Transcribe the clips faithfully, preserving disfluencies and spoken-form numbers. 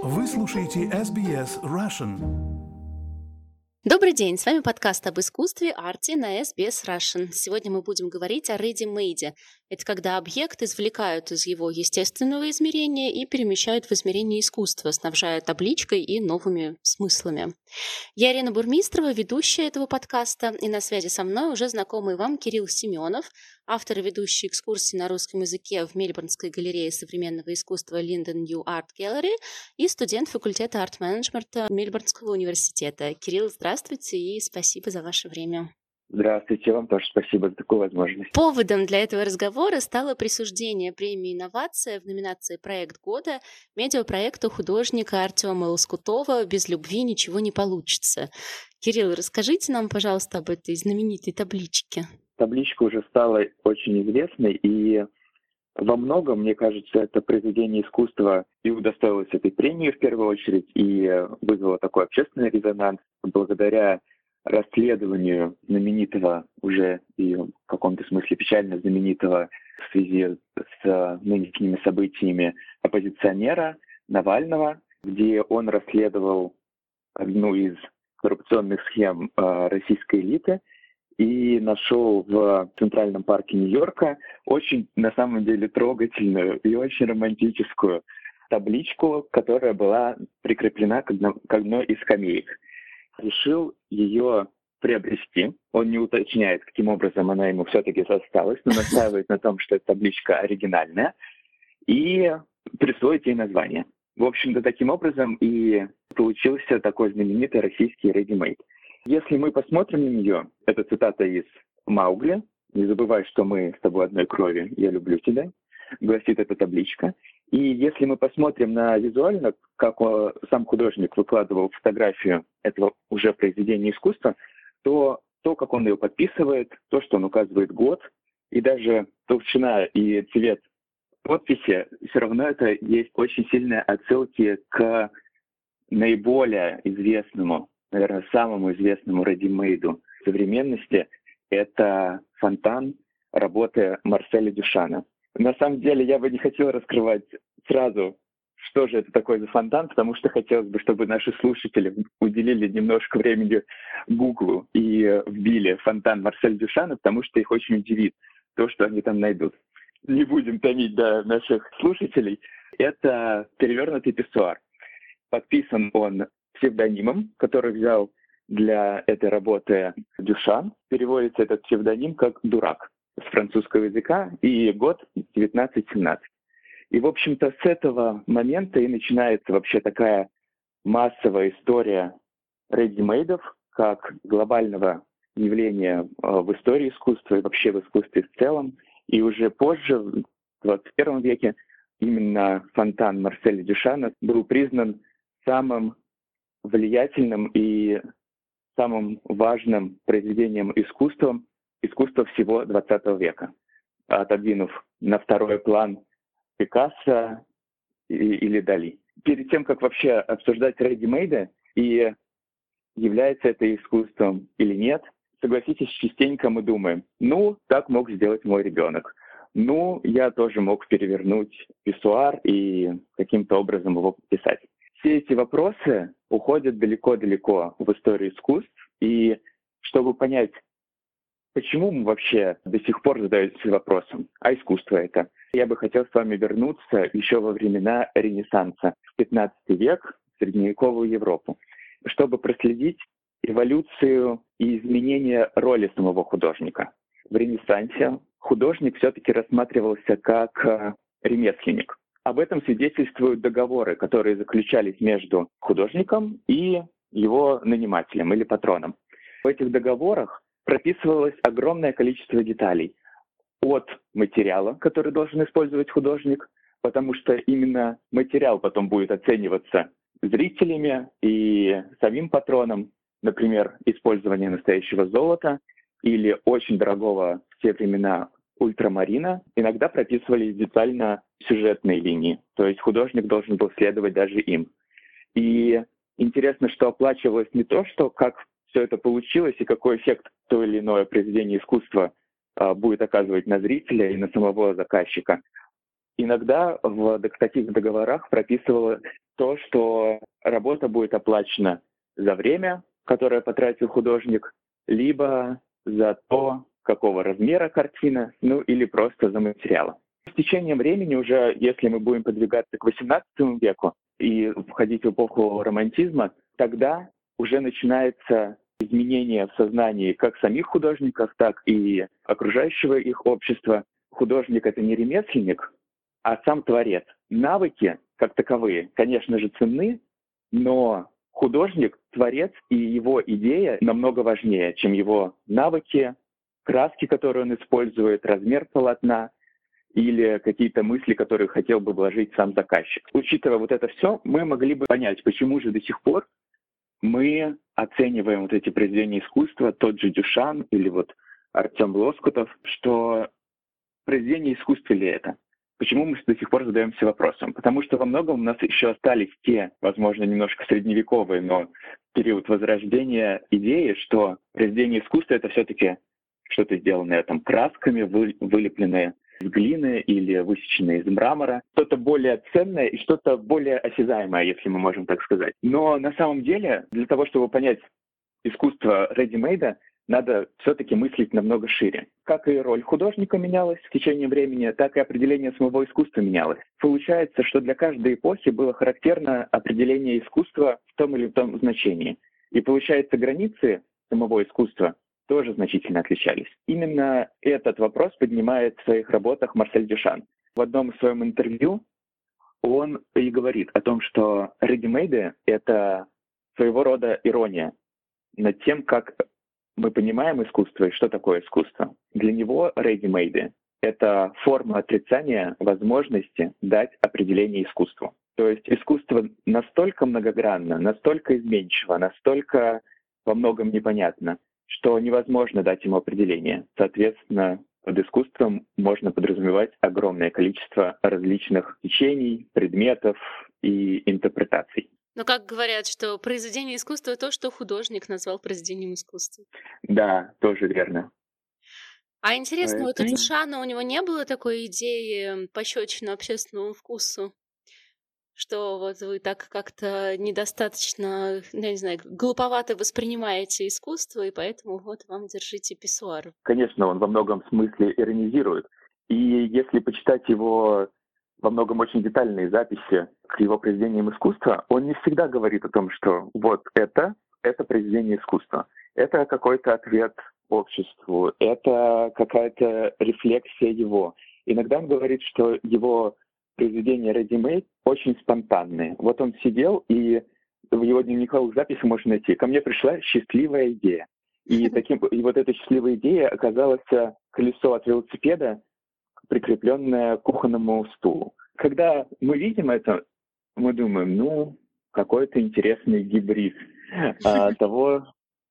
Вы слушаете эс би эс Russian. Добрый день, с вами подкаст об искусстве Арти на эс би эс Russian. Сегодня мы будем говорить о ready-made. Это когда объект извлекают из его естественного измерения и перемещают в измерение искусства, снабжая табличкой и новыми смыслами. Я Ирина Бурмистрова, ведущая этого подкаста, и на связи со мной уже знакомый вам Кирилл Семенов, автор и ведущий экскурсии на русском языке в Мельбурнской галерее современного искусства Linden New Art Gallery и студент факультета арт-менеджмента Мельбурнского университета. Кирилл, здравствуйте и спасибо за ваше время. Здравствуйте, вам тоже спасибо за такую возможность. Поводом для этого разговора стало присуждение премии «Инновация» в номинации «Проект года» медиапроекту художника Артема Лоскутова «Без любви ничего не получится». Кирилл, расскажите нам, пожалуйста, об этой знаменитой табличке. Табличка уже стала очень известной, и во многом, мне кажется, это произведение искусства и удостоилось этой премии в первую очередь, и вызвало такой общественный резонанс благодаря расследованию знаменитого, уже и в каком-то смысле печально знаменитого в связи с нынешними событиями оппозиционера Навального, где он расследовал одну из коррупционных схем э, российской элиты и нашел в Центральном парке Нью-Йорка очень, на самом деле, трогательную и очень романтическую табличку, которая была прикреплена к одной из скамеек. Решил ее приобрести. Он не уточняет, каким образом она ему все-таки досталась, но настаивает на том, что эта табличка оригинальная, и присвоить ей название. В общем-то, таким образом и получился такой знаменитый российский ready-made. Если мы посмотрим на нее, это цитата из «Маугли», «Не забывай, что мы с тобой одной крови, я люблю тебя», гласит эта табличка. И если мы посмотрим на визуально, как сам художник выкладывал фотографию этого уже произведения искусства, то то, как он ее подписывает, то, что он указывает год, и даже толщина и цвет подписи, все равно это есть очень сильные отсылки к наиболее известному, наверное, самому известному ready-made современности. Это фонтан работы Марселя Дюшана. На самом деле я бы не хотел раскрывать сразу, что же это такое за фонтан, потому что хотелось бы, чтобы наши слушатели уделили немножко времени Гуглу и вбили фонтан Марсель Дюшана, потому что их очень удивит то, что они там найдут. Не будем томить до наших слушателей. Это перевернутый писсуар. Подписан он псевдонимом, который взял для этой работы Дюшан. Переводится этот псевдоним как «дурак» с французского языка, и год девятнадцать семнадцать. И, в общем-то, с этого момента и начинается вообще такая массовая история ready-made'ов как глобального явления в истории искусства и вообще в искусстве в целом. И уже позже, в двадцать первом веке, именно фонтан Марселя Дюшана был признан самым влиятельным и самым важным произведением искусства, искусства всего двадцатого века, отодвинув на второй план Пикассо или Дали. Перед тем, как вообще обсуждать ready-made и является это искусством или нет, согласитесь, частенько мы думаем, ну, так мог сделать мой ребенок. Ну, я тоже мог перевернуть писсуар и каким-то образом его подписать. Все эти вопросы уходят далеко-далеко в историю искусств, и чтобы понять, почему мы вообще до сих пор задаемся вопросом, а искусство это? Я бы хотел с вами вернуться еще во времена Ренессанса, в пятнадцатый век, в средневековую Европу, чтобы проследить эволюцию и изменение роли самого художника. В Ренессансе художник все-таки рассматривался как ремесленник. Об этом свидетельствуют договоры, которые заключались между художником и его нанимателем или патроном. В этих договорах прописывалось огромное количество деталей от материала, который должен использовать художник, потому что именно материал потом будет оцениваться зрителями и самим патроном, например, использование настоящего золота или очень дорогого в те времена ультрамарина. Иногда прописывались детально сюжетные линии, то есть художник должен был следовать даже им. И интересно, что оплачивалось не то, что как все это получилось и какой эффект то или иное произведение искусства а, будет оказывать на зрителя и на самого заказчика. Иногда в таких договорах прописывалось то, что работа будет оплачена за время, которое потратил художник, либо за то, какого размера картина, ну или просто за материалы. С течением времени уже, если мы будем подвигаться к восемнадцатому веку и входить в эпоху романтизма, тогда уже начинается изменение в сознании как самих художников, так и окружающего их общества. Художник — это не ремесленник, а сам творец. Навыки, как таковые, конечно же, ценны, но художник, творец и его идея намного важнее, чем его навыки, краски, которые он использует, размер полотна или какие-то мысли, которые хотел бы вложить сам заказчик. Учитывая вот это все, мы могли бы понять, почему же до сих пор мы оцениваем вот эти произведения искусства, тот же Дюшан или вот Артем Лоскутов, что произведение искусства ли это? Почему мы до сих пор задаемся вопросом? Потому что во многом у нас еще остались те, возможно, немножко средневековые, но период возрождения идеи, что произведение искусства — это все-таки что-то сделанное там красками, вы, вылепленное из глины или высеченное из мрамора, что-то более ценное и что-то более осязаемое, если мы можем так сказать. Но на самом деле, для того, чтобы понять искусство ready-made, надо все-таки мыслить намного шире. Как и роль художника менялась в течение времени, так и определение самого искусства менялось. Получается, что для каждой эпохи было характерно определение искусства в том или том значении. И получается, границы самого искусства тоже значительно отличались. Именно этот вопрос поднимает в своих работах Марсель Дюшан. В одном из своем интервью он и говорит о том, что ready-made — это своего рода ирония над тем, как мы понимаем искусство и что такое искусство. Для него ready-made — это форма отрицания возможности дать определение искусству. То есть искусство настолько многогранно, настолько изменчиво, настолько во многом непонятно, что невозможно дать ему определение. Соответственно, под искусством можно подразумевать огромное количество различных течений, предметов и интерпретаций. Но как говорят, что произведение искусства — то, что художник назвал произведением искусства. Да, тоже верно. А интересно, вот у Поэтому- Дюшана у него не было такой идеи пощечины общественному вкусу? Что вот вы так как-то недостаточно, я не знаю, глуповато воспринимаете искусство, и поэтому вот вам держите писсуар. Конечно, он во многом смысле иронизирует. И если почитать его во многом очень детальные записи к его произведениям искусства, он не всегда говорит о том, что вот это, это произведение искусства. Это какой-то ответ обществу, это какая-то рефлексия его. Иногда он говорит, что его произведения ready-made очень спонтанные. Вот он сидел, и в его дневниковых записях можно найти: «Ко мне пришла счастливая идея». И, таким, и вот эта счастливая идея оказалась колесо от велосипеда, прикрепленное к кухонному стулу. Когда мы видим это, мы думаем, ну, какой-то интересный гибрид а, того,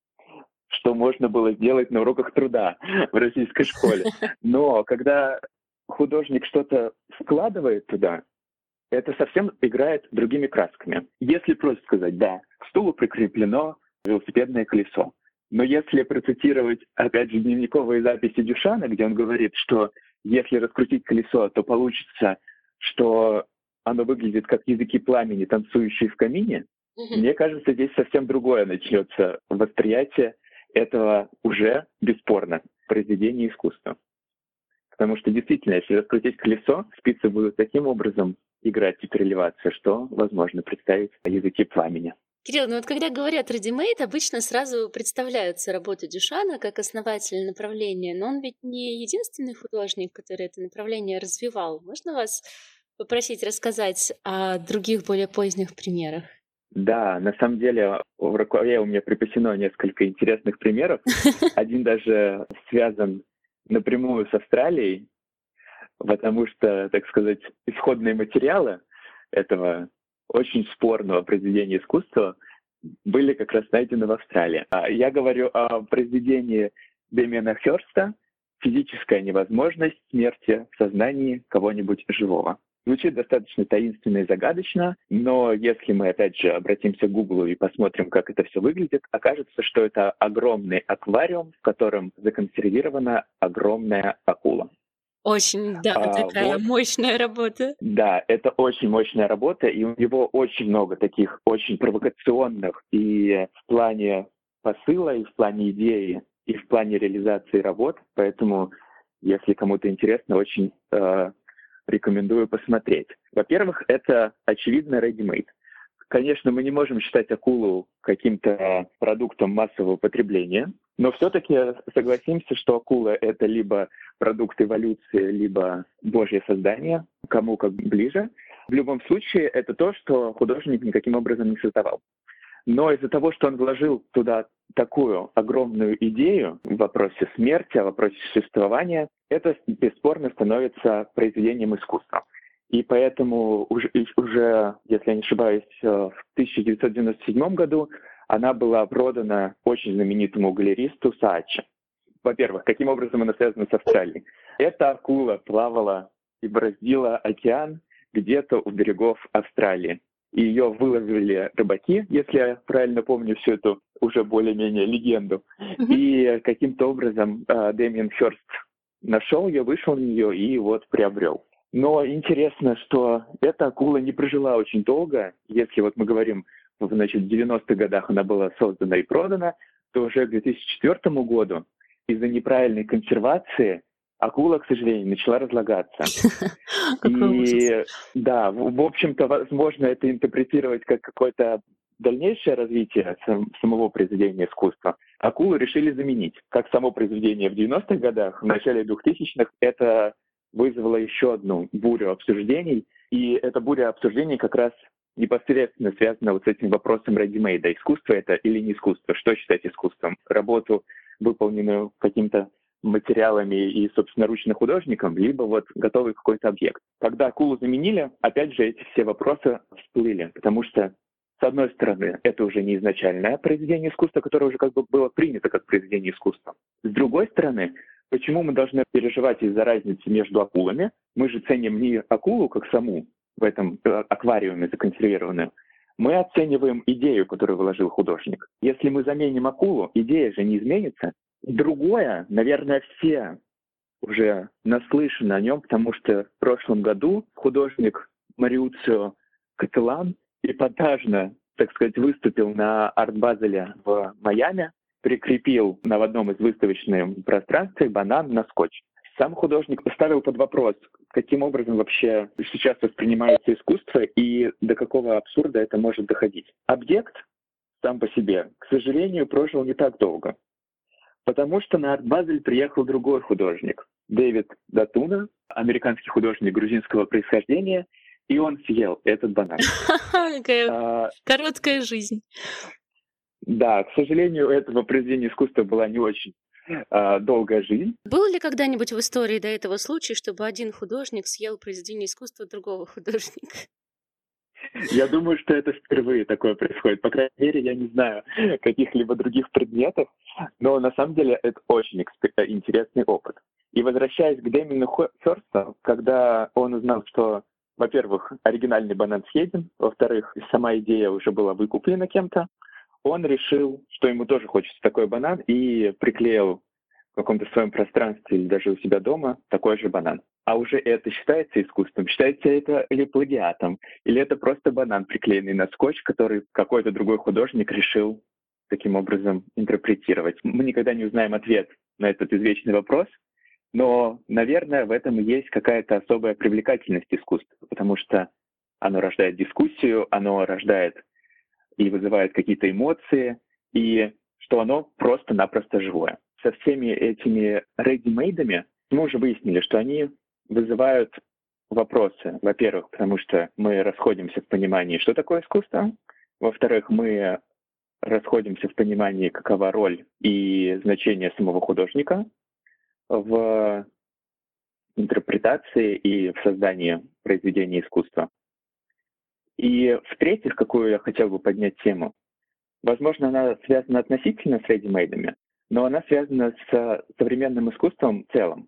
что можно было сделать на уроках труда в российской школе. Но когда художник что-то вкладывает туда, это совсем играет другими красками. Если просто сказать, да, к стулу прикреплено велосипедное колесо. Но если процитировать, опять же, дневниковые записи Дюшана, где он говорит, что если раскрутить колесо, то получится, что оно выглядит как языки пламени, танцующие в камине, mm-hmm. мне кажется, здесь совсем другое начнется восприятие этого уже, бесспорно, произведения искусства. Потому что действительно, если раскрутить колесо, спицы будут таким образом играть и переливаться, что возможно представить языки пламени. Кирилл, ну вот когда говорят ready-made, обычно сразу представляются работы Дюшана как основатель направления, но он ведь не единственный художник, который это направление развивал. Можно вас попросить рассказать о других более поздних примерах? Да, на самом деле в рукаве у меня припасено несколько интересных примеров. Один даже связан напрямую с Австралией, потому что, так сказать, исходные материалы этого очень спорного произведения искусства были как раз найдены в Австралии. Я говорю о произведении Дэмиана Хёрста «Физическая невозможность смерти в сознании кого-нибудь живого». Звучит достаточно таинственно и загадочно, но если мы, опять же, обратимся к Гуглу и посмотрим, как это все выглядит, окажется, что это огромный аквариум, в котором законсервирована огромная акула. Очень, да, А, такая вот. мощная работа. Да, это очень мощная работа, и у него очень много таких очень провокационных и в плане посыла, и в плане идеи, и в плане реализации работ. Поэтому, если кому-то интересно, очень э, рекомендую посмотреть. Во-первых, это, очевидно, ready-made. Конечно, мы не можем считать акулу каким-то продуктом массового потребления, но все-таки согласимся, что акула — это либо продукт эволюции, либо божье создание, кому как ближе. В любом случае, это то, что художник никаким образом не создавал. Но из-за того, что он вложил туда такую огромную идею в вопросе смерти, в вопросе существования, это бесспорно становится произведением искусства. И поэтому уже, уже, если я не ошибаюсь, в тысяча девятьсот девяносто седьмом году она была продана очень знаменитому галеристу Саачи. Во-первых, каким образом она связана с Австралией? Эта акула плавала и бороздила океан где-то у берегов Австралии. И ее выловили рыбаки, если я правильно помню всю эту уже более-менее легенду. Mm-hmm. И каким-то образом э, Дэмиен Хёрст нашел ее, вышел на нее и вот приобрел. Но интересно, что эта акула не прожила очень долго. Если вот мы говорим, значит, в девяностых годах она была создана и продана, то уже к две тысячи четвёртому году из-за неправильной консервации акула, к сожалению, начала разлагаться. И да, в общем-то, возможно это интерпретировать как какое-то дальнейшее развитие самого произведения искусства. Акулу решили заменить. Как само произведение в девяностых годах, в начале двухтысячных это вызвало еще одну бурю обсуждений. И эта буря обсуждений как раз непосредственно связана вот с этим вопросом ready-made. Искусство это или не искусство? Что считать искусством? Работу, выполненную каким-то материалами и собственноручно художником, либо вот готовый какой-то объект. Когда акулу заменили, опять же, эти все вопросы всплыли, потому что, с одной стороны, это уже не изначальное произведение искусства, которое уже как бы было принято как произведение искусства. С другой стороны, почему мы должны переживать из-за разницы между акулами? Мы же ценим не акулу как саму в этом аквариуме законсервированную, мы оцениваем идею, которую вложил художник. Если мы заменим акулу, идея же не изменится. Другое, наверное, все уже наслышаны о нем, потому что в прошлом году художник Мариуцио Кателан эпатажно, так сказать, выступил на арт-базеле в Майами, прикрепил на одном из выставочных пространств банан на скотч. Сам художник поставил под вопрос, каким образом вообще сейчас воспринимается искусство и до какого абсурда это может доходить. Объект сам по себе, к сожалению, прожил не так долго. Потому что на арт-базель приехал другой художник, Дэвид Датуна, американский художник грузинского происхождения, и он съел этот банан. Какая короткая жизнь. Да, к сожалению, у этого произведения искусства была не очень долгая жизнь. Был ли когда-нибудь в истории до этого случай, чтобы один художник съел произведение искусства другого художника? Я думаю, что это впервые такое происходит. По крайней мере, я не знаю каких-либо других предметов, но на самом деле это очень интересный опыт. И возвращаясь к Дэмиену Хёрсту, когда он узнал, что, во-первых, оригинальный банан съеден, во-вторых, сама идея уже была выкуплена кем-то, он решил, что ему тоже хочется такой банан, и приклеил в каком-то своем пространстве или даже у себя дома такой же банан. А уже это считается искусством? Считается это или плагиатом? Или это просто банан, приклеенный на скотч, который какой-то другой художник решил таким образом интерпретировать? Мы никогда не узнаем ответ на этот извечный вопрос, но, наверное, в этом и есть какая-то особая привлекательность искусства, потому что оно рождает дискуссию, оно рождает и вызывает какие-то эмоции, и что оно просто-напросто живое. Со всеми этими ready-made'ами мы уже выяснили, что они вызывают вопросы. Во-первых, потому что мы расходимся в понимании, что такое искусство. Во-вторых, мы расходимся в понимании, какова роль и значение самого художника в интерпретации и в создании произведения искусства. И в-третьих, какую я хотел бы поднять тему, возможно, она связана относительно с ready-made'ами, но она связана с современным искусством в целом.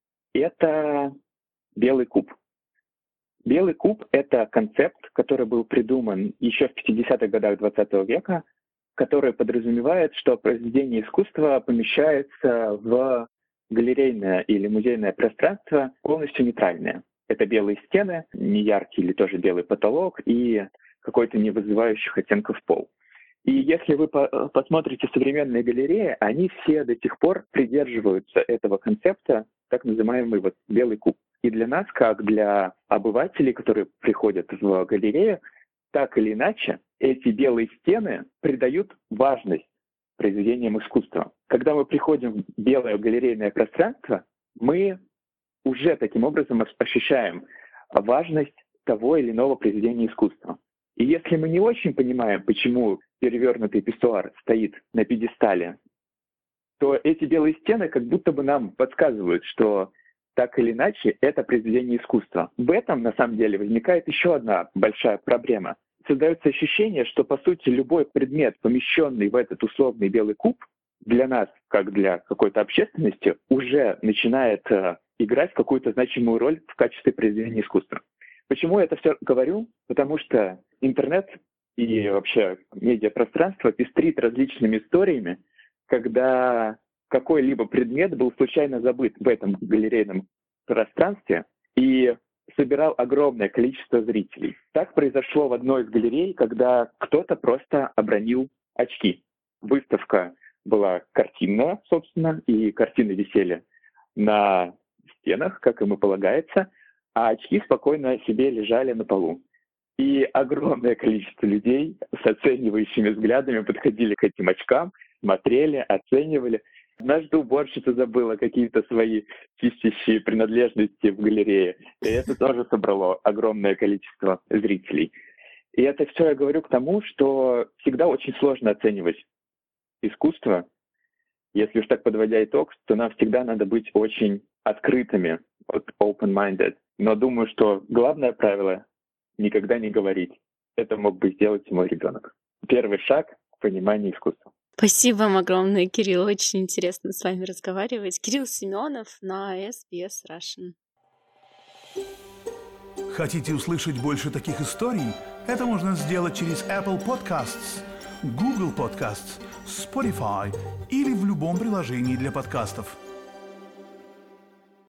Это белый куб. Белый куб — это концепт, который был придуман еще в пятидесятых годах двадцатого века, который подразумевает, что произведение искусства помещается в галерейное или музейное пространство полностью нейтральное. Это белые стены, неяркий или тоже белый потолок и какой-то не вызывающих оттенков пол. И если вы по- посмотрите современные галереи, они все до сих пор придерживаются этого концепта, так называемый вот белый куб. И для нас, как для обывателей, которые приходят в галерею, так или иначе, эти белые стены придают важность произведениям искусства. Когда мы приходим в белое галерейное пространство, мы уже таким образом ощущаем важность того или иного произведения искусства. И если мы не очень понимаем, почему перевернутый писсуар стоит на пьедестале, то эти белые стены как будто бы нам подсказывают, что так или иначе это произведение искусства. В этом, на самом деле, возникает еще одна большая проблема. Создается ощущение, что, по сути, любой предмет, помещенный в этот условный белый куб, для нас, как для какой-то общественности, уже начинает э, играть какую-то значимую роль в качестве произведения искусства. Почему я это все говорю? Потому что интернет и вообще медиапространство пестрит различными историями, когда какой-либо предмет был случайно забыт в этом галерейном пространстве и собирал огромное количество зрителей. Так произошло в одной из галерей, когда кто-то просто обронил очки. Выставка была картинная, собственно, и картины висели на стенах, как им и полагается, а очки спокойно себе лежали на полу. И огромное количество людей с оценивающими взглядами подходили к этим очкам, смотрели, оценивали. Однажды уборщица забыла какие-то свои чистящие принадлежности в галерее, и это тоже собрало огромное количество зрителей. И это все я говорю к тому, что всегда очень сложно оценивать искусство. Если уж так подводя итог, то нам всегда надо быть очень открытыми, вот open-minded. Но думаю, что главное правило — никогда не говорить. Это мог бы сделать и мой ребенок. Первый шаг к пониманию искусства. Спасибо вам огромное, Кирилл. Очень интересно с вами разговаривать. Кирилл Семенов на эс би эс Russian. Хотите услышать больше таких историй? Это можно сделать через Apple Podcasts, Google Podcasts, Spotify или в любом приложении для подкастов.